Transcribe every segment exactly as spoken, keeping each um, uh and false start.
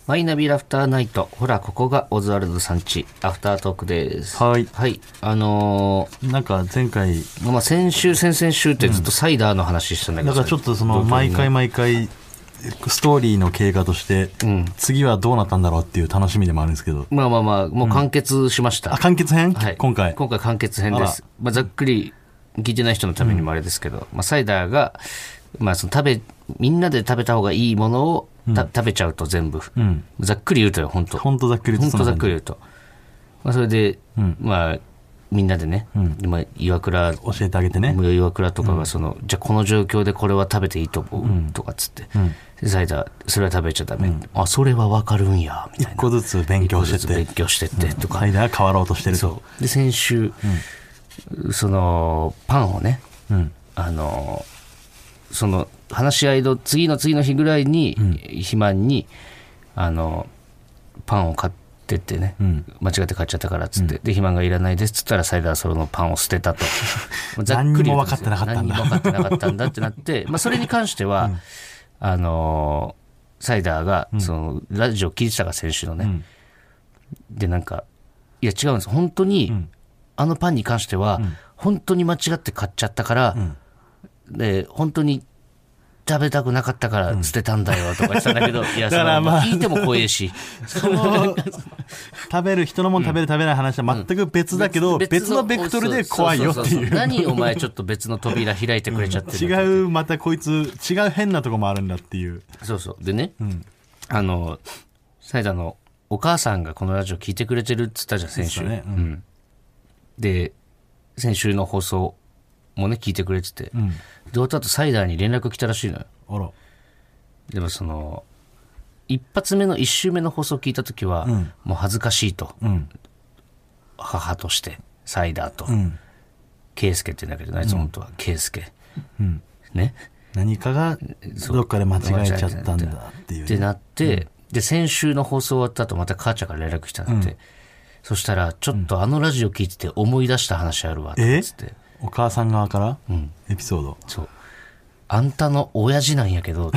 マイナビラフターナイト。ほら、ここがオズワルドさんち、アフタートークです。 はい。 はい。あのー、なんか前回、 まあ、先週、先々週ってずっとサイダーの話してたんだけど、 うん、だからちょっとその、毎回毎回、ストーリーの経過として、うん、次はどうなったんだろうっていう楽しみでもあるんですけど。 まあまあまあ、もう完結しました。 うん、あ、完結編、 はい、 今回。 今回完結編です。まあ、ざっくり、聞いてない人のためにもあれですけど、うん、まあ、サイダーが、まあ、その食べ、みんなで食べた方がいいものを、うん、食べちゃうと全部、うん、ざっくり言うとよ、本当本当ざっくり言うと、 本当ざっくり言うと、まあ、それで、うん、まあみんなでね、うん、今岩倉教えてあげてね、 岩倉とかがその、うん、じゃあこの状況でこれは食べていいと思う、うん、とかっつって、うん、でサイダーそれは食べちゃダメ、うん、あそれは分かるんやみたいな、 一個ずつ勉強してって勉強してってとか、 サイダー変わろうとしてると。 そうで先週、うん、そのパンをね、うん、あのその話し合いの次の次の日ぐらいに、うん、肥満にあのパンを買ってってね、うん、間違って買っちゃったからっつって、うん、で肥満がいらないですっつったらサイダーはそのパンを捨てたとざっくり何にも分かってなかったんだ何にも分かってなかったんだってなってまあそれに関しては、うん、あのサイダーがそのラジオ聞いてたから先週のね、うん、でなんかいや違うんです本当に、うん、あのパンに関しては、うん、本当に間違って買っちゃったから、うんで本当に食べたくなかったから捨てたんだよとか言ってたんだけど、うん、いやその、まあ、聞いても怖いしその食べる人のもの食べる食べない話は全く別だけど、うん、別, 別のベクトルで怖いよっていう、そうそうそうそう何お前ちょっと別の扉開いてくれちゃってる、 うん、違うまたこいつ違う変なとこもあるんだっていう。 そうそうでね、うん、あのサイダーのお母さんがこのラジオ聞いてくれてるっつったじゃん先週、ねうんうん、で先週の放送もね聞いてくれてて、うん、であとサイダーに連絡来たらしいのよ。 あらでもその一発目の一週目の放送聞いた時は、うん、もう恥ずかしいと、うん、母としてサイダーと、うん、ケイスケって言うんだけどあいつ本当はケイスケ、うん、ね何かがどっかで間違えちゃったんだっていう、ね、 ってなって、うん、で先週の放送終わった後また母ちゃんから連絡来たんだって、うん、そしたらちょっとあのラジオ聞いてて思い出した話あるわってつって、えお母さん側から、うん、エピソード。 そう。あんたの親父なんやけど。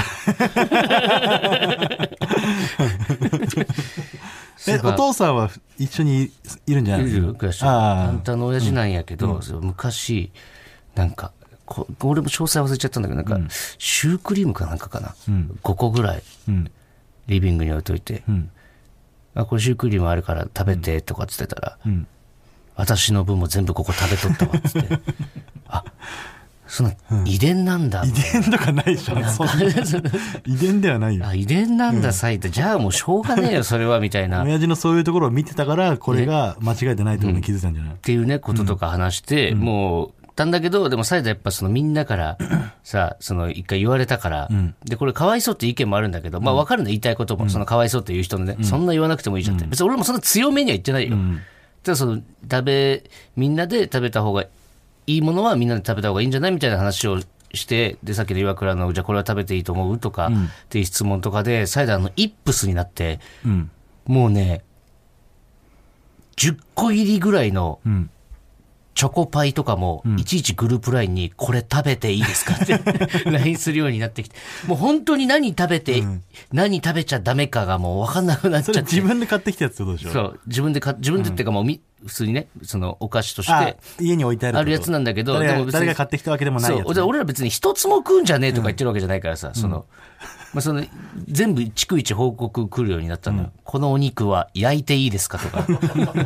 え、お父さんは一緒にいるんじゃないですか？あ, あんたの親父なんやけど、うん、昔、なんかこ、俺も詳細忘れちゃったんだけど、なんか、うん、シュークリームかなんかかな。うん、ごこぐらい、うん、リビングに置いといて、うん、あ、これシュークリームあるから食べてとかっつってたら、うん私の分も全部ここ食べとったわっつってあその遺伝なんだ、 うん、遺伝とかないでしょ遺伝ではないよ。 あ遺伝なんだサイダー、うん、じゃあもうしょうがねえよそれはみたいな親父のそういうところを見てたからこれが間違えてないところに気づいたんじゃない、 ねうん、っていうねこととか話して、うん、もうたんだけどでもサイダーやっぱそのみんなからさその一回言われたから、うん、でこれかわいそうって意見もあるんだけど、まあ分かるんだ言いたいことも、うん、そのかわいそうっていう人のね、うん、そんな言わなくてもいいじゃんって、別に俺もそんな強めには言ってないよ、うんその食べみんなで食べた方がいいものはみんなで食べた方がいいんじゃないみたいな話をしてでさっきの岩倉のじゃあこれは食べていいと思うとか、うん、っていう質問とかでサイダーのイップスになって、うん、もうねじゅっこ入りぐらいのチョコパイとかも、うん、いちいちグループラインにこれ食べていいですかって ライン するようになってきてもう本当に何食べて、うん、何食べちゃダメかがもう分かんなくなっちゃって。それ自分で買ってきたやつってことでしょ。 そう自分でか自分でっていうかもう、うん、普通にねそのお菓子として家に置いてあるあるやつなんだけど誰が、でも誰が買ってきたわけでもないやつ、ね、 そう俺ら別に一つも食うんじゃねえとか言ってるわけじゃないからさ、うん、そのまあ、その全部逐一報告来るようになったのよ、うん、このお肉は焼いていいですかとか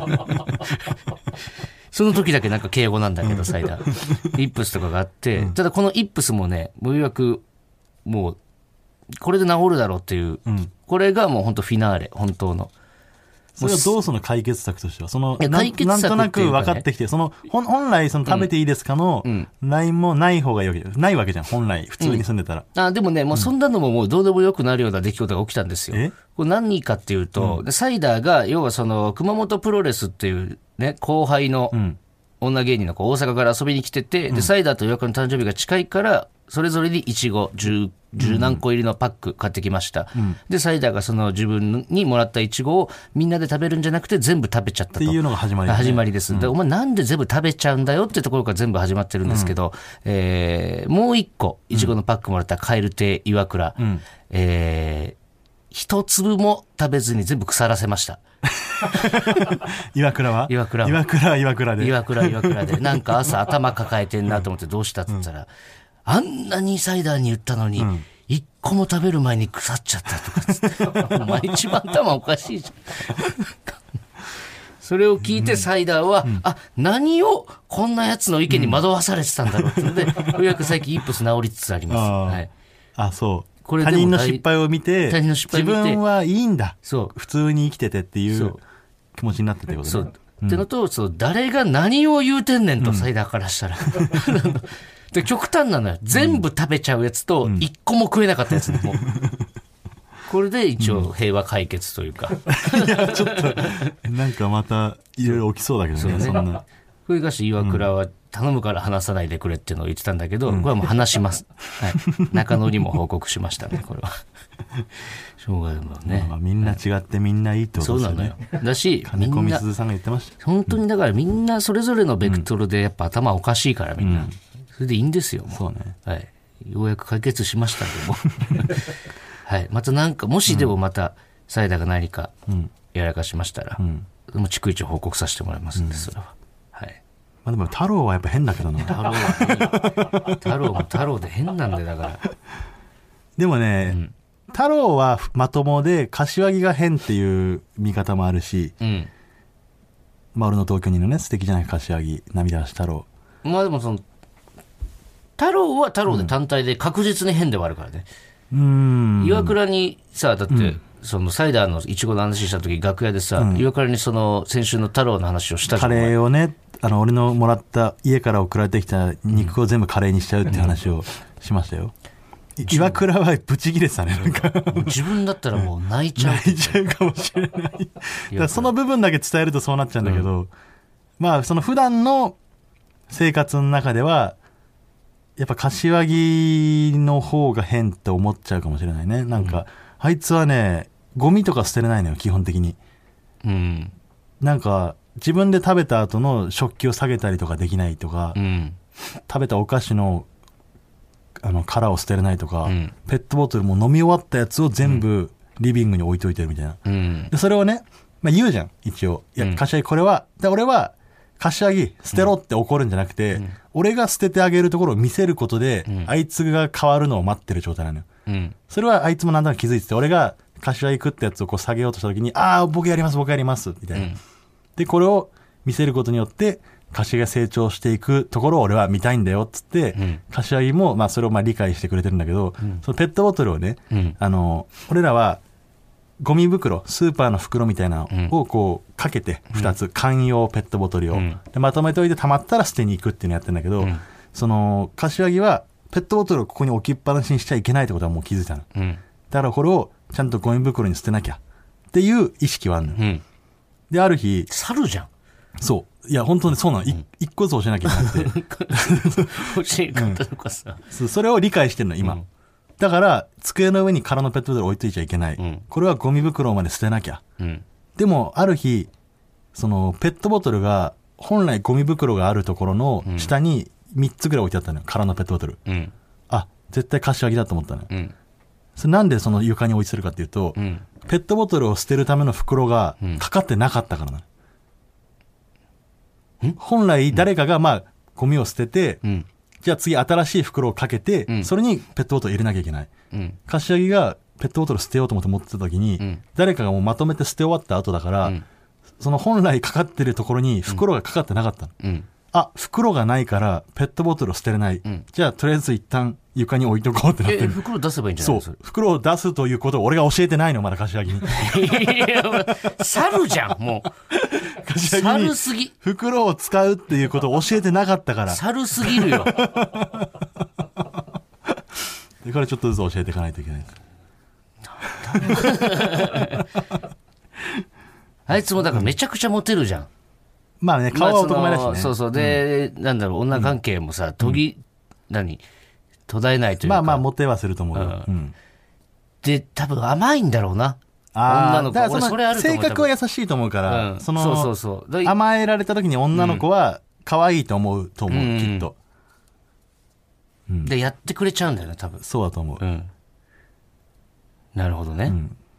その時だけなんか敬語なんだけどサイダーイップスとかがあって、うん、ただこのイップスもねもうようやくもうこれで治るだろうっていう、うん、これがもう本当フィナーレ本当のそれはどうその解決策としてはその解決策っていうか、ね、なんとなく分かってきてその本来その食べていいですかのラインもない方がいいわけないわけじゃん本来普通に住んでたら、 うん、あでもねもうそんなのももうどうでもよくなるような出来事が起きたんですよ。えこれ何かっていうと、うん、サイダーが要はその熊本プロレスっていうね後輩の女芸人の子大阪から遊びに来てて、うん、でサイダーと岩倉の誕生日が近いからそれぞれにいちごじゅう何個入りのパック買ってきました、うん、でサイダーがその自分にもらったいちごをみんなで食べるんじゃなくて全部食べちゃったとっていうのが始まりです、ね、始まりです、うん、でお前なんで全部食べちゃうんだよってところから全部始まってるんですけど、うんえー、もういっこいちごのパックもらった蛙亭岩倉、うんえ一粒も食べずに全部腐らせました。 岩倉は岩倉は。 岩倉は岩倉で。 岩倉は岩倉で。なんか朝頭抱えてんなと思ってどうしたって言ったら、うん、あんなにサイダーに言ったのに、うん一個も食べる前に腐っちゃったとかつってお前一番頭おかしいじゃんそれを聞いてサイダーは、うん、あ何をこんなやつの意見に惑わされてたんだろうってので、うん、ようやく最近イップス治りつつあります。あ、はい、 あそうこれ他人の失敗を見て他人の失敗を見て自分はいいんだそう普通に生きててっていう気持ちになってってことね。 そう、うん、ってのとそう誰が何を言うてんねんと、うん、サイダーからしたらで極端なのよ。全部食べちゃうやつと一個も食えなかったやつでも、うん、これで一応平和解決というか、 うん、いやちょっとなんかまたいろいろ起きそうだけど ね, ねそんなこれがし岩倉は頼むから話さないでくれっていうのを言ってたんだけど、うん、これはもう話します、はい、中野にも報告しましたねこれはしょうがないもんね、 まあ、みんな違ってみんないいってことですよね、はい、そうなのよ。だし金子みすずさんが言ってました。 本当にだからみんなそれぞれのベクトルでやっぱ頭おかしいからみんな、うん、それでいいんですよ。もうそうね、 はい、ようやく解決しましたけども、はい、またなんかもしでもまたサイダーが何かやらかしましたら、うん、もう逐一報告させてもらいますんで、それは、はい。 まあ、でも太郎はやっぱ変だけどな。 太郎は太郎も太郎で変なんでだから。 でもね、うん、太郎はまともで柏木が変っていう見方もあるし、うん、まあ俺の東京にいるね素敵じゃない柏木涙橋太郎。 まあでもその太郎は太郎で単体で確実に変ではあるからね。うん、岩倉にさだって、うん、そのサイダーのイチゴの話した時楽屋でさ、うん、岩倉にその先週の太郎の話をしたじゃん。 カレーをねあの俺のもらった家から送られてきた肉を全部カレーにしちゃうっていう話をしましたよ、うん、岩倉はブチギレてたねなんか自分だったらもう泣いちゃう泣いちゃうかもしれないだからその部分だけ伝えるとそうなっちゃうんだけど、うん、まあその普段の生活の中ではやっぱ柏木の方が変って思っちゃうかもしれないね。なんか、うん、あいつはねゴミとか捨てれないのよ基本的に、うん、なんか自分で食べた後の食器を下げたりとかできないとか、うん、食べたお菓子のあの殻を捨てれないとか、うん、ペットボトルも飲み終わったやつを全部リビングに置いといてるみたいな、うん、でそれをね、まあ、言うじゃん一応いや、うん、柏木これはで俺は柏木捨てろって怒るんじゃなくて、うん、俺が捨ててあげるところを見せることで、うん、あいつが変わるのを待ってる状態なのよ、うん、それはあいつもなんとなく気づいてて俺が柏木食ったやつをこう下げようとした時にああ僕やります僕やりますみたいな、うん、でこれを見せることによって柏木が成長していくところを俺は見たいんだよっつって、うん、柏木もまあそれをまあ理解してくれてるんだけど、うん、そのペットボトルをね、うん、あの俺らはゴミ袋スーパーの袋みたいなのをこうかけてふたつ、うん、缶用ペットボトルを、うん、でまとめておいて溜まったら捨てに行くっていうのやってるんだけど、うん、その柏木はペットボトルをここに置きっぱなしにしちゃいけないってことはもう気づいたの、うん、だからこれをちゃんとゴミ袋に捨てなきゃっていう意識はあるの、うん、である日猿じゃんそういや本当にそうなの、うん、一個ずつ教えなきゃいけなくて教え方とかさ、 うん、それを理解してるの今、うん、だから机の上に空のペットボトル置いといちゃいけない、うん、これはゴミ袋まで捨てなきゃ、うん、でもある日そのペットボトルが本来ゴミ袋があるところの下にみっつぐらい置いてあったのよ空のペットボトル、うん、あ絶対柏木だと思ったのよ、うん、それなんでその床に置いてるかっていうと、うん、ペットボトルを捨てるための袋がかかってなかったからなの、うん、本来誰かがまあゴミを捨てて、うん、じゃあ次新しい袋をかけて、うん、それにペットボトル入れなきゃいけない、うん、柏木がペットボトル捨てようと思って持ってた時に、うん、誰かがもうまとめて捨て終わった後だから、うん、その本来かかってるところに袋がかかってなかったの、うん、あ袋がないからペットボトルを捨てれない、うん、じゃあとりあえず一旦床に置いとこうってなってる。 え袋出せばいいんじゃないそう袋を出すということを俺が教えてないのまだ柏木にいや猿じゃんもう猿すぎ袋を使うっていうことを教えてなかったから猿すぎるよでこれちょっとずつ教えていかないといけないあいつもだからめちゃくちゃモテるじゃん、うん、 まあね顔は男前だしね、まあ、 そうそうで、うん、なんだろう女関係もさ途切、うん、何途絶えないというかまあまあモテはすると思うよ、うんうん、 で多分甘いんだろうな女の子だからその性格は優しいと思うから、うん、そのそうそうそう甘えられた時に女の子は可愛いと思うと思う、うん、きっと、 うん、でやってくれちゃうんだよね多分そうだと思う、うん、 なるほどね、うん、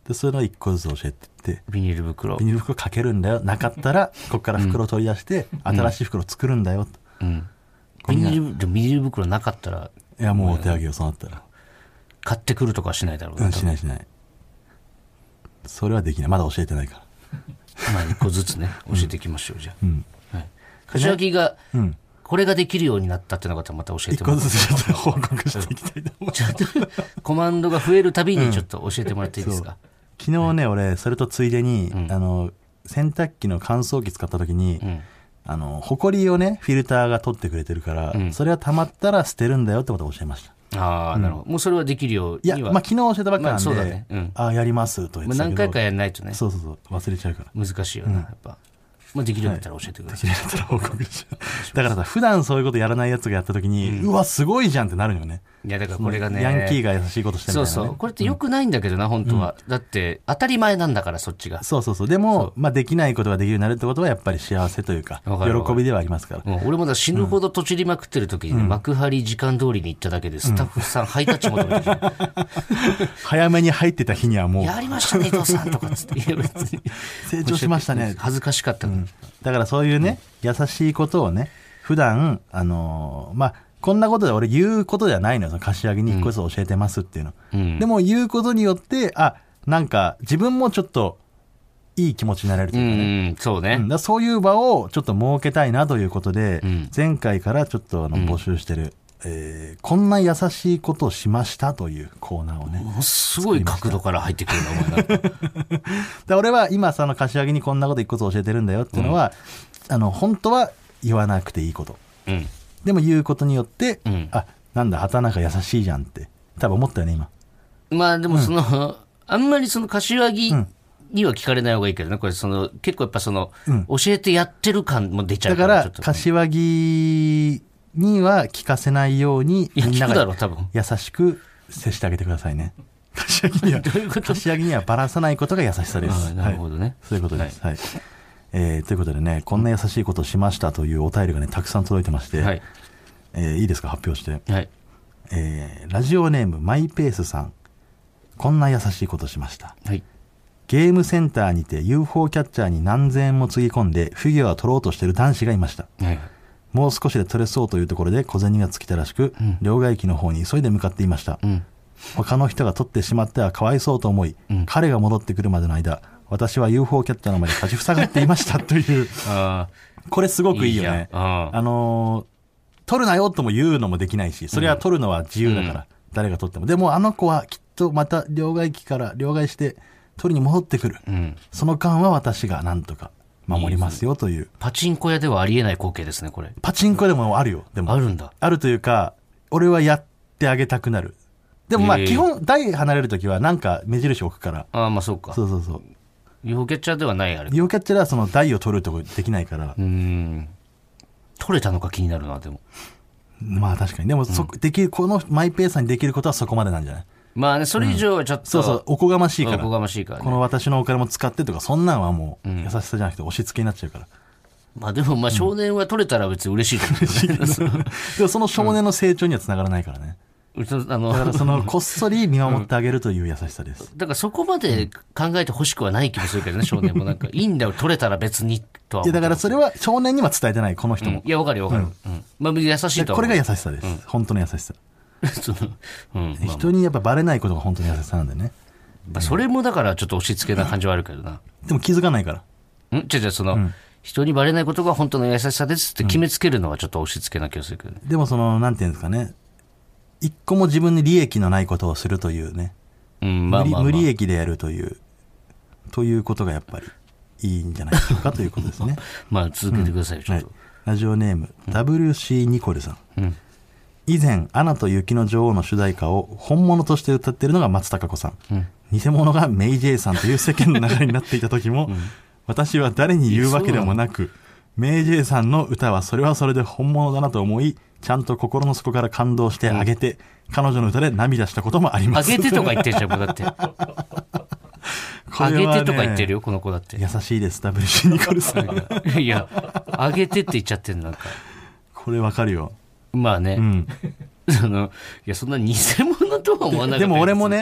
でそれを一個ずつ教えてってビニール袋ビニール袋かけるんだよ、なかったらここから袋取り出して、うん、新しい袋作るんだよ、 うん、ビニールビニール袋なかったらいやもうお手上げよ、そうなったら買ってくるとかはしないだろうね、 うん、しないしない、それはできない、まだ教えてないからまあ一個ずつね教えていきましょう、うん、じゃあ、うんはい、柏木が、 うんこれができるようになったっていうのがまた教えてもらって、 一個ずつちょっと報告していきたいと思います。 ちょっとコマンドが増えるたびにちょっと教えてもらっていいですか。 うん、昨日ね、はい、俺それとついでに、うん、あの洗濯機の乾燥機使った時に、うん、あの埃をねフィルターが取ってくれてるから、うん、それは溜まったら捨てるんだよってことを教えました。 ああ、うん、なるほど。もうそれはできるようには。 いや、まあ、昨日教えたばっかなんで、まあ、そうだね、うん、ああやりますと言ってたけど、 まあ、何回かやらないとね。 そうそうそう忘れちゃうから。 難しいよな、うん、やっぱ。まあ、できるようになったら教えてください。 はい、できるようになったら報告しよう。だからさ、普段そういうことやらないやつがやった時に、うん、うわ、すごいじゃんってなるよね。 いや、だからこれがね。 ヤンキーが優しいことしてるみたいな、ね。 そうそう。これって良くないんだけどな、うん、本当は。だって、当たり前なんだから、そっちが。 そうそうそう。でも、まあ、できないことができるようになるってことは、やっぱり幸せというか、喜びではありますから。 もう俺もだ死ぬほどとちりまくってる時に、ね、うん、幕張時間通りに行っただけで、スタッフさん、ハイタッチ求めてる。 早めに入ってた日にはもう。 やりましたね、伊藤さんとかつって。いや、別に。 成長しましたね。 恥ずかしかったから、うん。 だからそういうね、うん、優しいことをね、普段、あのー、まあ、こんなことで俺言うことではないのよ。その柏木に一個ずつ教えてますっていうの、うん。でも言うことによって、あ、なんか自分もちょっといい気持ちになれるというかね。 うん、そうね。 うん、だそういう場をちょっと設けたいなということで、うん、前回からちょっとあの募集してる、うん、えー、こんな優しいことをしましたというコーナーをね。 ものすごい角度から入ってくるな、お前なんか。 で俺は今その柏木にこんなこと一個ずつ教えてるんだよっていうのは、うん、あの本当は言わなくていいこと。うん、でも言うことによって、うん、あ、なんだ畑中優しいじゃんって多分思ったよね今。 まあでもその、うん、あんまりその柏木には聞かれない方がいいけどね、これその結構やっぱその、うん、教えてやってる感も出ちゃうから、 だから柏木には聞かせないようにみんなが優しく接してあげてくださいね。柏木には柏木にはばらさないことが優しさです。 なるほどね、はい、 そういうことです。はい、はい、えー、ということでね、こんな優しいことをしましたというお便りがねたくさん届いてまして、はい、えー、いいですか発表して、はい、えー、ラジオネームマイペースさん、こんな優しいことをしました、はい、ゲームセンターにて ユーフォー キャッチャーに何千円もつぎ込んでフィギュアを取ろうとしている男子がいました、はい、もう少しで取れそうというところで小銭が尽きたらしく、うん、両替機の方に急いで向かっていました、うん、他の人が取ってしまってはかわいそうと思い、うん、彼が戻ってくるまでの間私は ユーフォー キャッチャーの前で立ちふさがっていましたというあこれすごくいいよね。いいああのー、取るなよとも言うのもできないし、それは取るのは自由だから、うん、誰が取っても。でもあの子はきっとまた両替機から両替して取りに戻ってくる、うん、その間は私がなんとか守りますよという。 パチンコ屋ではありえない光景ですねこれ。 パチンコでもあるよ。でもあるんだ。 あるというか俺はやってあげたくなる。でもまあ基本台離れるときはなんか目印置くから。 ああまあそうか。 そうそうそう。 ユーフォーキャッチャーではないあれ。 ユーフォーキャッチャーはその台を取るとこできないから。 うーん。取れたのか気になるなでも。 まあ確かに。でもそ、うん、できるこのマイペースにできることはそこまでなんじゃない。 まあねそれ以上はちょっと、うん、 そうそうおこがましいから。 おこがましいから、ね、 この私のお金も使ってとかそんなんはもう優しさじゃなくて押し付けになっちゃうから。 うん、まあでもまあ少年は取れたら別に嬉しいと思う、ね、 でもその少年の成長にはつながらないからね。あのだからそのこっそり見守ってあげるという優しさです、 うん、だからそこまで考えてほしくはない気もするけどね、少年もなんかいいんだよ取れたら別にとは。 いやだからそれは少年には伝えてないこの人も、 うん、いやわかるよわかる、うんうん、まあ優しいとはこれが優しさです、うん、本当の優しさその、うん、人にやっぱバレないことが本当に優しさなんでね、 まあ、それもだからちょっと押し付けな感じはあるけどな、 でも気づかないからん違う違うその、うん、人にバレないことが本当の優しさですって決めつけるのはちょっと押し付けな気がするけど、ね、 でもそのなんていうんですかね、一個も自分に利益のないことをするというね、うんまあまあまあ、無理無利益でやるというということがやっぱりいいんじゃないでしょうかということですねまあ続けてください、うん、ちょっと、 はい、ラジオネーム、うん、ダブリューシー ニコルさん、うん、以前アナと雪の女王の主題歌を本物として歌っているのが松たか子さん、うん、偽物がメイジェイさんという世間の流れになっていた時も、うん、私は誰に言うわけでもなくメイジェイさんの歌はそれはそれで本物だなと思いちゃんと心の底から感動してあげて、うん、彼女の歌で涙したこともあります。 あげてとか言ってるじゃんもうだってあげてとか言ってるよこの子だって。 優しいです ダブリューシー ニコルさんいやあげてって言っちゃってるなんかこれわかるよ。 まあね、うん、そのいやそんな偽物とは思わなかった。 でも俺もね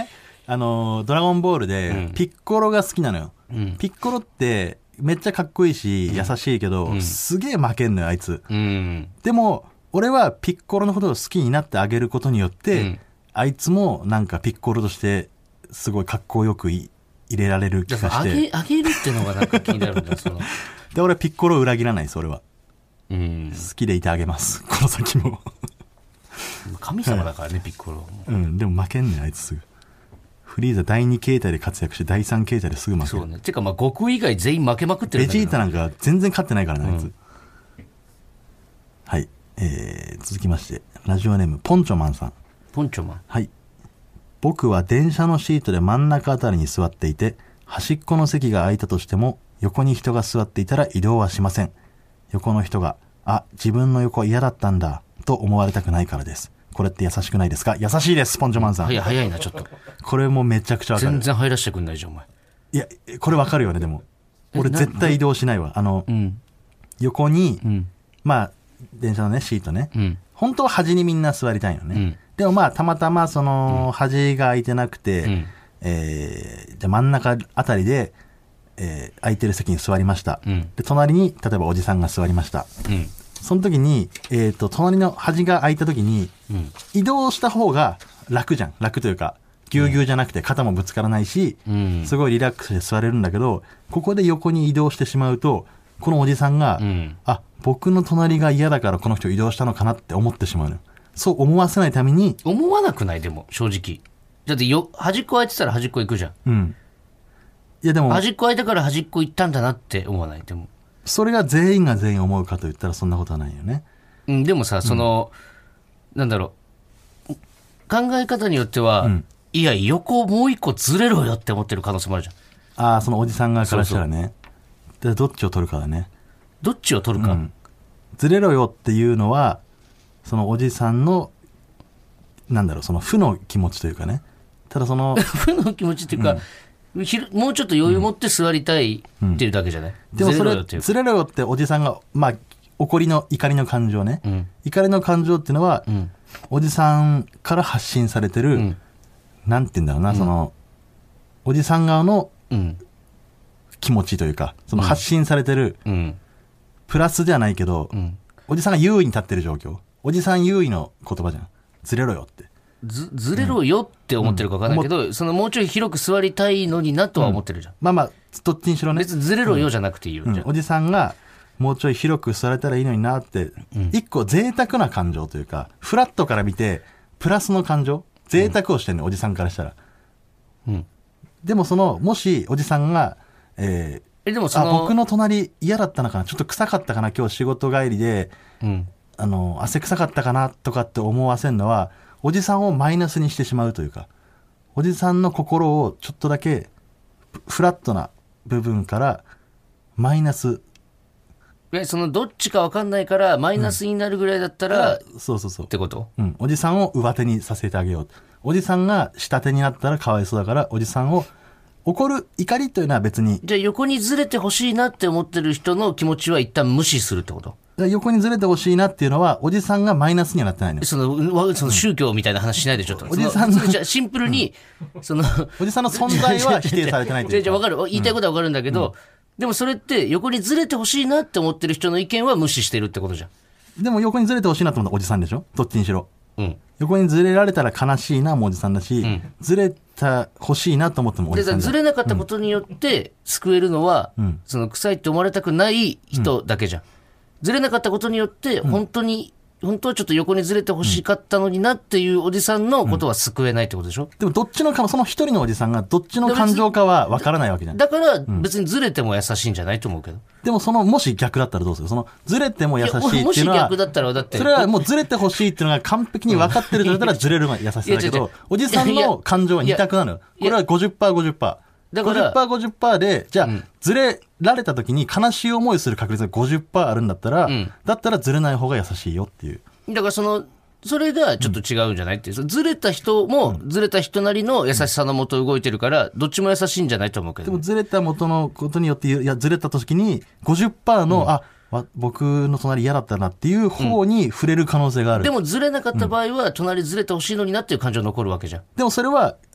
あのドラゴンボールで、うん、ピッコロが好きなのよ、うん、ピッコロってめっちゃかっこいいし、うん、優しいけど、うん、すげえ負けんのよあいつ、うん、でも俺はピッコロのことを好きになってあげることによって、うん、あいつもなんかピッコロとしてすごいかっこよくい入れられる気がして、あげ、あげるってのがなんか気になるんだそので俺はピッコロを裏切らないです俺は、うん、好きでいてあげますこの先も神様だからねピッコロ、 うん、でも負けんねんあいつすぐ。フリーザだいに形態で活躍してだいさん形態ですぐ負ける。 そうね。てかまあ悟空以外全員負けまくってるんだけど、 ベジータなんか全然勝ってないからねあいつ、うん、はい、えー、続きましてラジオネームポンチョマンさん。 ポンチョマン。 はい。僕は電車のシートで真ん中あたりに座っていて、端っこの席が空いたとしても横に人が座っていたら移動はしません。横の人があ自分の横嫌だったんだと思われたくないからです。これって優しくないですか？優しいですポンチョマンさん。 いや早いなちょっと。 これもめちゃくちゃわかる。 全然入らせてくんないじゃんお前。 いやこれわかるよね。でも俺絶対移動しないわ。あの、うん、横に、うん、まあ電車のねシートね、うん、本当は端にみんな座りたいのね、うん、でもまあたまたまその、うん、端が空いてなくて、うん、えー、じゃ真ん中あたりで、えー、空いてる席に座りました、うん、で隣に例えばおじさんが座りました、うん、その時に、えーと、隣の端が空いた時に、うん、移動した方が楽じゃん。楽というかぎゅうぎゅうじゃなくて肩もぶつからないし、うん、すごいリラックスして座れるんだけど、ここで横に移動してしまうとこのおじさんが、うん、あ僕の隣が嫌だからこの人移動したのかなって思ってしまうのよ。そう思わせないために。 思わなくない？でも正直だってよ端っこ空いてたら端っこ行くじゃん。うん。 いやでも端っこ空いたから端っこ行ったんだなって思わない？でもそれが全員が全員思うかと言ったらそんなことはないよね。 うん、でもさその、うん、なんだろう考え方によっては、うん、いや横もう一個ずれろよって思ってる可能性もあるじゃん。 ああそのおじさん側からしたらね。そうそう。でどっちを取るかだね。 どっちを取るか、うん、 ずれろよっていうのはそのおじさんのなんだろうその負の気持ちというかね。ただその負の気持ちっていうか、うん、ひもうちょっと余裕持って座りたいっていうだけじゃない、 うん、でもそれずれろよっておじさんがまあ怒りの怒りの感情ね、うん、怒りの感情っていうのは、うん、おじさんから発信されてる、うん、なんて言うんだろうな、うん、そのおじさん側の気持ちというかその発信されてる、うん、プラスではないけど、うん、おじさんが優位に立ってる状況、おじさん優位の言葉じゃん。ずれろよってずずれろよって思ってるか分かんないけど、うん、そのもうちょい広く座りたいのになとは思ってるじゃん、うん、 まあまあどっちにしろね別にずれろよじゃなくていいよ、 うん、 じゃおじさんがもうちょい広く座れたらいいのになって、うん、一個贅沢な感情というかフラットから見てプラスの感情贅沢をしてるの、うん、おじさんからしたら、うん、でもそのもしおじさんが、えー、えでもそのあ僕の隣嫌だったのかなちょっと臭かったかな今日仕事帰りで、うん、あの汗臭かったかなとかって思わせるのはおじさんをマイナスにしてしまうというかおじさんの心をちょっとだけフラットな部分からマイナスえそのどっちか分かんないからマイナスになるぐらいだったら、 うん、そうそうそうってこと、 うん、おじさんを上手にさせてあげよう。おじさんが下手になったらかわいそうだからおじさんを怒る怒りというのは別にじゃあ横にずれてほしいなって思ってる人の気持ちは一旦無視するってこと？ 横にずれてほしいなっていうのはおじさんがマイナスにはなってないのよ。 そのその宗教みたいな話しないでちょっと、うん、おじさんのじゃシンプルに、うん、そのおじさんの存在は否定されてないというかじゃあ分かる言いたいことは分かるんだけど、うん、でもそれって横にずれてほしいなって思ってる人の意見は無視してるってことじゃん。 でも横にずれてほしいなと思ったらおじさんでしょどっちにしろ、うん、横にずれられたら悲しいなもおじさんだし、うん、ずれた欲しいなと思ってもおじさんだ。 ずれなかったことによって救えるのは、うん、その臭いって思われたくない人だけじゃん、うん、ずれなかったことによって本当に、うん、本当はちょっと横にずれて欲しかったのになっていうおじさんのことは救えないってことでしょ、うん、 でもどっちのかその一人のおじさんがどっちの感情かは分からないわけじゃん。 だから別にずれても優しいんじゃないと思うけど、うん、 でもそのもし逆だったらどうする？そのずれても優しいっていうのはもし逆だったらだってそれはもうずれてほしいっていうのが完璧に分かってるとだったらずれるのが優しさだけどおじさんの感情は二択なのよ。これは ごじゅっパーセントごじゅっパーセントだから ごじゅっパーセントごじゅっパーセント でじゃあ、うん、ずれられた時に悲しい思いする確率が ごじゅっパーセント あるんだったら、うん、だったらずれない方が優しいよっていう。 だからそのそれがちょっと違うんじゃないっていう、うん、ずれた人もずれた人なりの優しさのもと動いてるからどっちも優しいんじゃないと思うけど、ね、 でもずれた元のことによっていやずれた時に ごじゅっパーセント の、うん、あ僕の隣嫌だったなっていう方に触れる可能性がある、うん、 でもずれなかった場合は隣ずれてほしいのになっていう感情残るわけじゃん。 でもそれは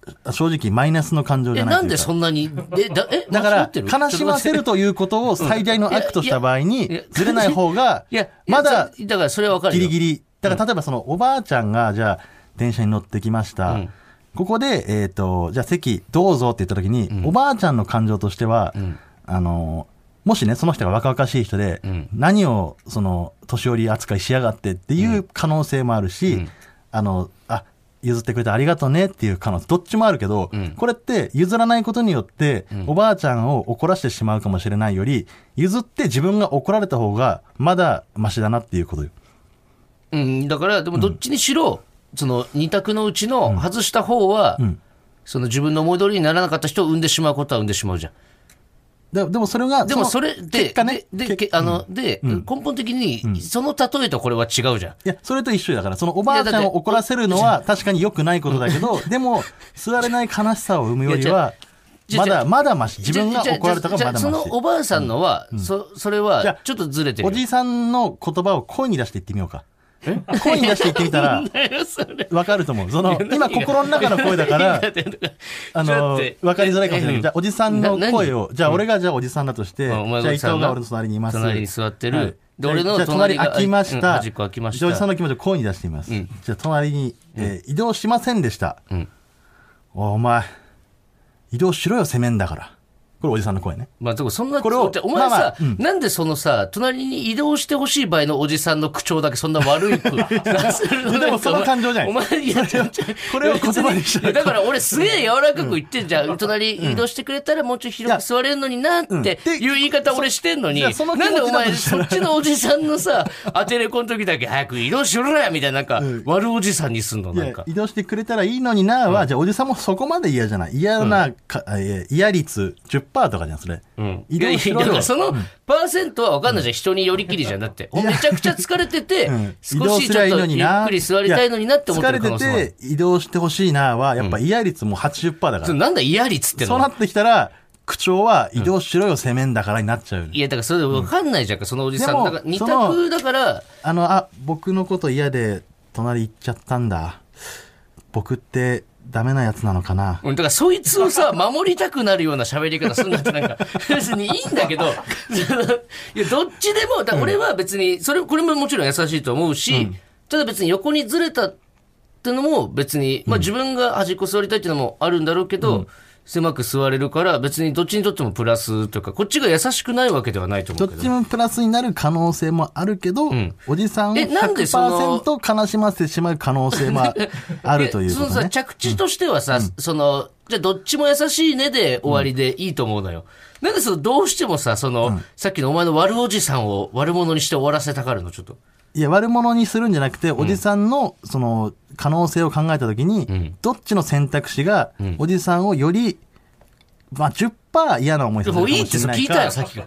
正直マイナスの感情じゃないえ、なんでそんなに、え、だ、え、 だから、悲しませるということを最大の悪とした場合に、ずれない方が、まだ、 だからそれはわかるよ。 ギリギリ。だから例えばそのおばあちゃんが、じゃあ、電車に乗ってきました。うん、ここで、えっと、じゃあ席どうぞって言った時に、うん、おばあちゃんの感情としては、うん、あの、もしね、その人が若々しい人で、うん、何を、その、年寄り扱いしやがってっていう可能性もあるし、うん、あの、あ、譲ってくれてありがとうねっていう可能性、どっちもあるけど、うん、これって譲らないことによって、うん、おばあちゃんを怒らせてしまうかもしれないより、譲って自分が怒られた方が、まだマシだなっていうことよ。 うん、だから、でもどっちにしろ、うん、その二択のうちの外した方は、うん、その自分の思い通りにならなかった人を生んでしまうことは生んでしまうじゃん。 で, でもそれが、 でもそれで、結果ね、で、で、あの、で、うん、根本的に、その例えとこれは違うじゃん。いや、それと一緒だから、そのおばあちゃんを怒らせるのは確かに良くないことだけど、でも、座れない悲しさを生むよりは、まだ、まだまし。自分が怒られたからまだまし。 そのおばあさんのは、うん、そ、それは、ちょっとずれてる。 おじさんの言葉を声に出して言ってみようか。声に出して言ってみたら分かると思う。その今心の中の声だからあの分かりづらいかもしれないけど、じゃあおじさんの声を、じゃあ俺がじゃあおじさんだとして、じゃあ伊藤が俺の隣にいます。 隣に座ってる。 で俺の隣空きました。じゃあおじさんの気持ちを声に出しています。じゃあ隣に移動しませんでした。お前移動しろよ、攻めんだから。これおじさんの声ね。 まあでもそんな、これをお前さ、まあまあうん、なんでそのさ、隣に移動してほしい場合のおじさんの口調だけそんな悪いく出せるの？ でもその感情じゃない。 お前、いや、 これを言葉にしただから俺すげえ柔らかく言ってんじゃん。うん、隣移動してくれたらもうちょい広く座れるのになっていう言い方俺してんのに、うん、なんでお前そっちのおじさんのさ、アテレコの時だけ早く移動しろやみたいな、なんか、うん、悪おじさんにすんのなんか。 移動してくれたらいいのになは、うん、じゃあおじさんもそこまで嫌じゃない。嫌なか、うん、嫌率 じゅっパーセント とかじゃん、それ。うん、移動しろよ。だからそのパーセントは分かんないじゃん、うん、人によりきりじゃん。だってめちゃくちゃ疲れてて、うん、少しちょっとゆっくり座りたいのになって思ってる可能性もある。 疲れてて移動してほしいなはやっぱ嫌率も はちじゅっパーセント だから、うん、 なんだ嫌率っての。 そうなってきたら口調は移動しろよ、攻めんだからになっちゃう、 うん、いやだからそれで分かんないじゃんか、そのおじさんだから二択だから、 あのあ僕のこと嫌で隣行っちゃったんだ、僕ってダメなやつなのかな。 だからそいつをさ守りたくなるような喋り方するなんてなんか別にいいんだけどいやどっちでもだ俺は別にそれこれももちろん優しいと思うし、うん、ただ別に横にずれたってのも別に、まあ、自分が端っこ座りたいっていうのもあるんだろうけど、うん、狭く座れるから別にどっちにとってもプラスというかこっちが優しくないわけではないと思うけど、 どっちもプラスになる可能性もあるけど、うん、おじさんを ひゃくパーセント 悲しませてしまう可能性もあるということね。 そのさ着地としてはさ、うん、そのじゃあどっちも優しいねで終わりでいいと思うのよ、うん、なんでそのどうしてもさその、うん、さっきのお前の悪おじさんを悪者にして終わらせたがるのちょっと。 いや悪者にするんじゃなくて、うん、おじさんのその可能性を考えたときに、うん、どっちの選択肢がおじさんをよりまあ、じゅっパーセント 嫌な思いさせるかもしれないか。もういいってそ聞いたよ、さっきから。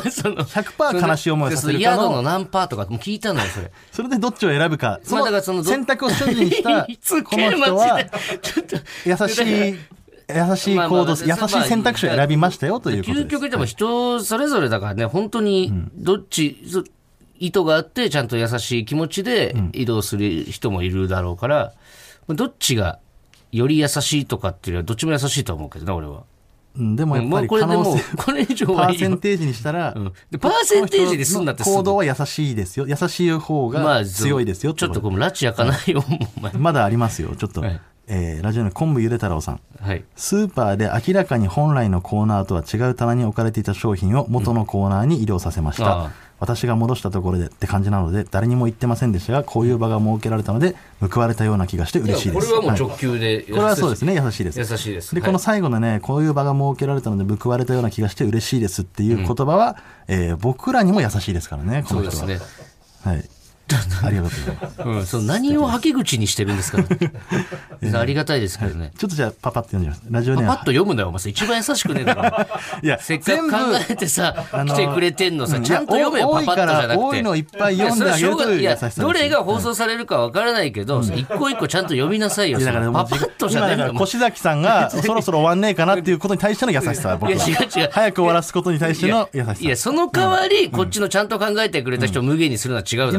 その ひゃくパーセント 悲しい思いさせるかの。 嫌の何パーとかもう聞いたのよ、それ。 それでどっちを選ぶか。その選択を所持にしたこの人は、優しい、優しい行動、優しい選択肢を選びましたよということです。 究極でも人それぞれだからね、本当にどっち、意図があってちゃんと優しい気持ちで移動する人もいるだろうから、どっちがより優しいとかっていうよりはどっちも優しいと思うけどな、俺は。 うん、でもやっぱり可能性、これ以上パーセンテージにしたら、うん、 でパーセンテージにすんだって行動は優しいですよ。優しい方が強いですよ。まあ、 ちょっとこれ拉致開かないよ。 まだありますよ。ちょっと、はい、えー、ラジオネーム昆布ゆで太郎さん、はい。スーパーで明らかに本来のコーナーとは違う棚に置かれていた商品を元のコーナーに移動させました。うん、私が戻したところでって感じなので誰にも言ってませんでしたが、こういう場が設けられたので報われたような気がして嬉しいです。 これはもう直球で、はい、 これはそうですね、優しいです。 優しいです。 で、はい、この最後のね、こういう場が設けられたので報われたような気がして嬉しいですっていう言葉は、うん、えー、僕らにも優しいですからね、この人は。そうですね。はい。ありがとうございます。うん、その何をはけ口にしてるんですか、ねえー、ありがたいですけどね、はい。 ちょっとじゃあパパッと読んでみます。ラジオネームパパッと読むんだよ、お前。一番優しくねえだろ。いや、せっかく考えてさ、来てくれてんのさ、ちゃんと読めよ、パパッとじゃなくて。 多いのいっぱい読んであげるという優しさです。 どれが放送されるかわからないけど、うん、一個一個ちゃんと読みなさいよ。いやだからパパッとじゃないの。 越崎さんがそろそろ終わんねえかなっていうことに対しての優しさは僕は。いや違う違う。早く終わらすことに対しての優しさ。 いや、その代わり、こっちのちゃんと考えてくれた人を無限にするのは違うだろう。 今、越崎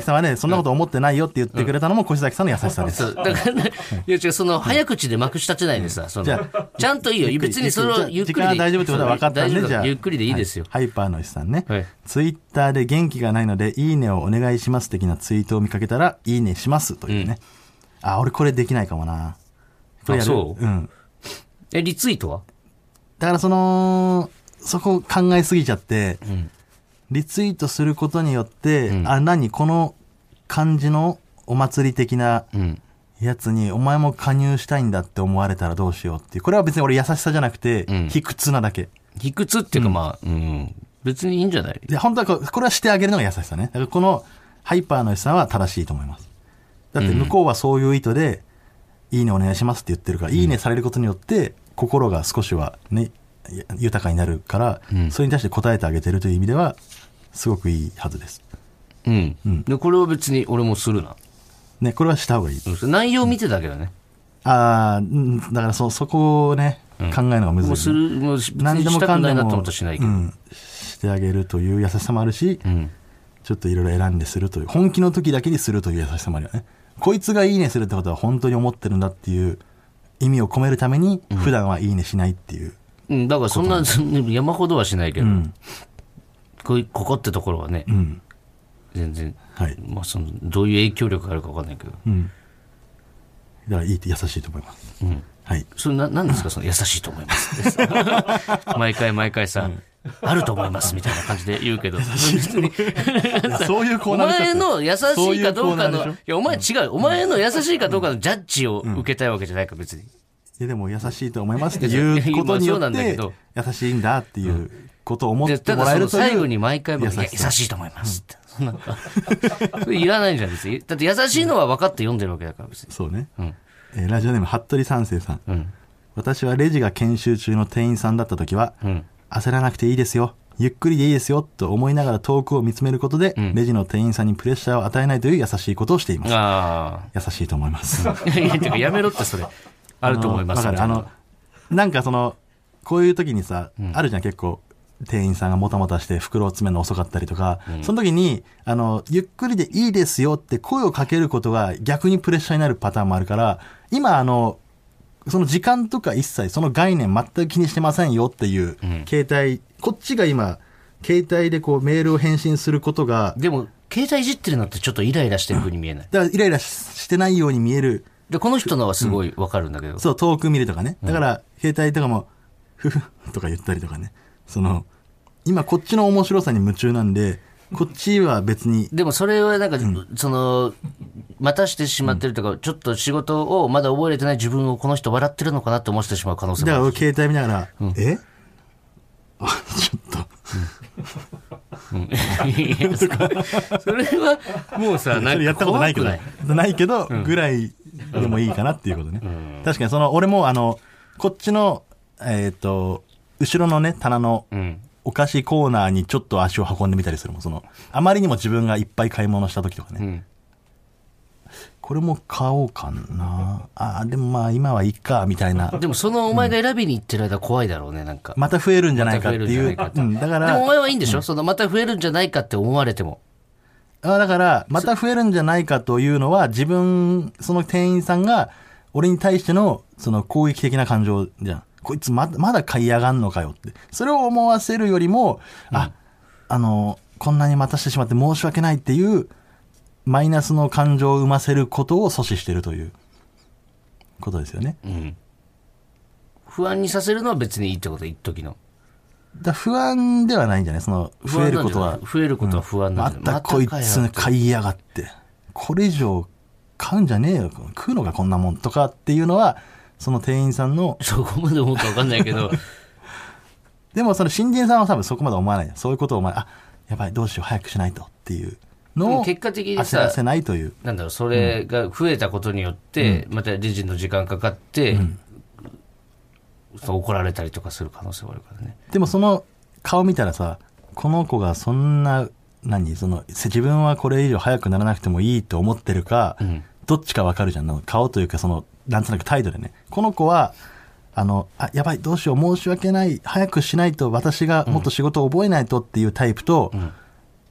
さんはねそんなこと思ってないよって言ってくれたのも越崎さんの優しさです、 うん、だからね、いや違う、その早口でまくし立てないでさ、そのちゃんといいよ、別にそれをゆっくりで時間は大丈夫ってことは分かったんで、じゃあゆっくりでいいですよ、 はい、ハイパーの石さんね、 はい、 ツイッターで元気がないのでいいねをお願いします的なツイートを見かけたらいいねしますというね、うん、あ俺これできないかもな、これやる、 あそう、 うん、 えリツイートはだからそのそこ考えすぎちゃって、 うん、 リツイートすることによって、 うん、 あ何この感じのお祭り的なやつにお前も加入したいんだって思われたらどうしようっていう、これは別に俺優しさじゃなくて、うん、卑屈なだけ。 卑屈っていうかまあ、うんうん、別にいいんじゃない。 で本当はこれはしてあげるのが優しさね。だからこのハイパーの優しさは正しいと思います。だって向こうはそういう意図で、うん、いいねお願いしますって言ってるから、うん、いいねされることによって心が少しはね豊かになるから、うん、それに対して応えてあげてるという意味ではすごくいいはずです。 うんうん、でこれは別に俺もするな、 ね、これはした方がいい、 うん、内容を見てだけどね、 うん、ああだから そ, そこをね、うん、考えるのが難しい、ね、もうするもう何でもかんでもしないけど、うん、 してあげるという優しさもあるし、うん、ちょっといろいろ選んでするという本気の時だけにするという優しさもあるよね。こいつがいいねするってことは本当に思ってるんだっていう意味を込めるために普段はいいねしないっていう、 うん、だからそんな山ほどはしないけど、うん、こ, ここってところはね、うん全然、はいまあ、そのどういう影響力があるか分かんないけど、うん、 だからいいって優しいと思います、うんはい、 それな何ですかその優しいと思いますって毎回毎回さ、うん、あると思いますみたいな感じで言うけど別にそういうコーナーお前の優しいかどうかのいやお前違うお前の優しいかどうかのジャッジを受けたいわけじゃないか別に、いやでも優しいと思いますっていうことによって優しいんだっていうことを思ってもらえるという、 最後に毎回僕優しいと思いますって、うん、そんないらないじゃん別に。だって優しいのは分かって読んでるわけだから別に。 そうね、うんえー、ラジオネーム服部三世さん、うん、私はレジが研修中の店員さんだった時は、うん、焦らなくていいですよゆっくりでいいですよと思いながら遠くを見つめることで、うん、レジの店員さんにプレッシャーを与えないという優しいことをしています。あ優しいと思いますいやてかやめろってそれあると思います。 あのあのなんかそのこういう時にさ、うん、あるじゃん結構店員さんがもたもたして袋を詰めるの遅かったりとか、うん、その時にあのゆっくりでいいですよって声をかけることが逆にプレッシャーになるパターンもあるから、今あのその時間とか一切その概念全く気にしてませんよっていう、うん、携帯こっちが今携帯でこうメールを返信することがでも携帯いじってるのってちょっとイライラしてる風に見えない、 うん、だからイライラしてないように見える。 でこの人のはすごいわかるんだけど、うん、 そう遠く見るとかね、だから、うん、携帯とかもふふとか言ったりとかね、その今こっちの面白さに夢中なんでこっちは別にでもそれはなんか、うん、その待たしてしまってるとか、うん、ちょっと仕事をまだ覚えれてない自分をこの人笑ってるのかなって思わせてしまう可能性もある。 だから携帯見ながら、うん、えあちょっと、 うんうん、いやそれはもうさなんかやったことないけどないけど、うん、ぐらいでもいいかなっていうことね、うん、確かにその俺もあのこっちのえっ、ー、と後ろのね棚のお菓子コーナーにちょっと足を運んでみたりするもん。そのあまりにも自分がいっぱい買い物した時とかね、うん、これも買おうかなあでもまあ今はいいかみたいな。 でもそのお前が選びに行ってる間怖いだろうね、なんかまた増えるんじゃないかっていう、まうん、だからでもお前はいいんでしょ、うん、そのまた増えるんじゃないかって思われても。 あだからまた増えるんじゃないかというのは自分その店員さんが俺に対してのその攻撃的な感情じゃん。こいつまだまだ買いやがんのかよってそれを思わせるよりも、うん、ああのこんなに待たしてしまって申し訳ないっていうマイナスの感情を生ませることを阻止しているということですよね、うん、 不安にさせるのは別にいいってこと一時のだ不安ではないんじゃないその増えることは増えることは不安なんじゃない、 うん、またこいつ買いやがってこれ以上買うんじゃねえよ食うのがこんなもんとかっていうのはその店員さんのそこまで思うか分かんないけどでもその新人さんは多分そこまで思わないそういうことを思わないあやばいどうしよう早くしないとっていうのを結果的にさ焦らせないというなんだろうそれが増えたことによって、うん、またレジの時間かかって、うん、そう怒られたりとかする可能性はあるからね。 でもその顔見たらさこの子がそんな何その自分はこれ以上早くならなくてもいいと思ってるか、うん、どっちか分かるじゃん顔というかそのなんとなく態度でねこの子はあのあやばいどうしよう申し訳ない早くしないと私がもっと仕事を覚えないとっていうタイプと、うん、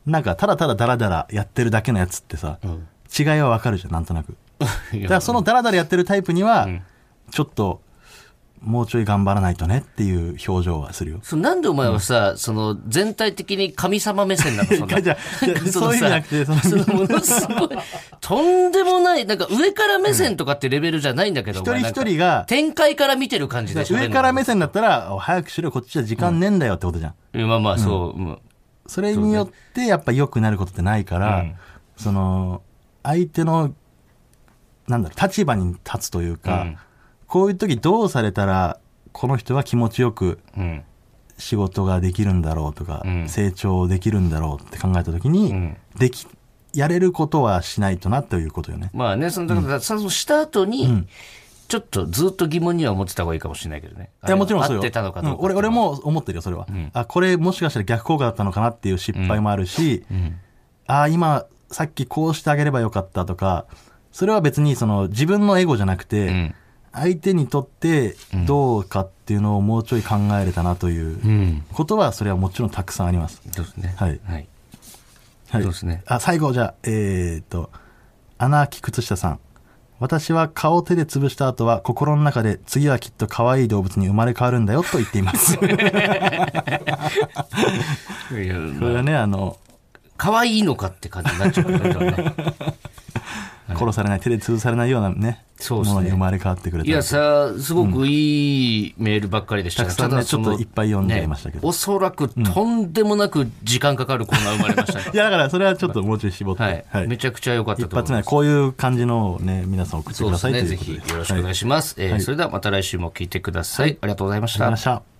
なんかただただダラダラやってるだけのやつってさ、うん、違いはわかるじゃん、なんとなく。だからそのダラダラやってるタイプには、うん、ちょっともうちょい頑張らないとねっていう表情はするよ。 そなんでお前はさ、うん、その全体的に神様目線なの？そんなじゃそういう意味じゃなくて、そのそのものすごいとんでもない、なんか上から目線とかってレベルじゃないんだけど、 うん、一人一人が展開から見てる感じでしょ。 上から目線だったら早くしろ、こっちは時間ねえんだよってことじゃん。 うん、まあまあそう、うん、 それによってやっぱ良くなることってないから、うん、その相手のなんだろう立場に立つというか、うん、こういう時どうされたらこの人は気持ちよく仕事ができるんだろうとか、うん、成長できるんだろうって考えた時に、うん、できやれることはしないとなということよね。 まあね、そのだから、うん、そのした後に、うん、ちょっとずっと疑問には思ってた方がいいかもしれないけどね。 いやもちろんそうよ。 合ってたのかどうか、 うん、俺俺も思ってるよそれは、うん、あこれもしかしたら逆効果だったのかなっていう失敗もあるし、うんうん、あ今さっきこうしてあげればよかったとか、それは別にその自分のエゴじゃなくて、うん、相手にとってどうかっていうのをもうちょい考えれたなということは、それはもちろんたくさんあります。 そうですね。 はい。 はい。 はい、 そうですね。 あ、最後じゃあ、えーっと、穴あき靴下さん。私は顔を手で潰した後は心の中で次はきっと可愛い動物に生まれ変わるんだよと言っています。いや、これはね、あの、 可愛いのかって感じになっちゃうからね。 殺されない、手で潰されないようなね、 そうですね、 ものに生まれ変わってくれた。 いやさ、すごくいいメールばっかりでしたね。 たくさんね、ちょっといっぱい読んでましたけど、 ね、おそらくとんでもなく時間かかるコーナー生まれましたね。 いやだからそれはちょっともうちょい絞って、 はいはい、めちゃくちゃ良かったと思います。 一発目こういう感じのをね皆さん送ってくださいということで、 そうですね、ぜひよろしくお願いします。はい、えー、それではまた来週も聞いてください。はい、ありがとうございました。 ありがとうございました。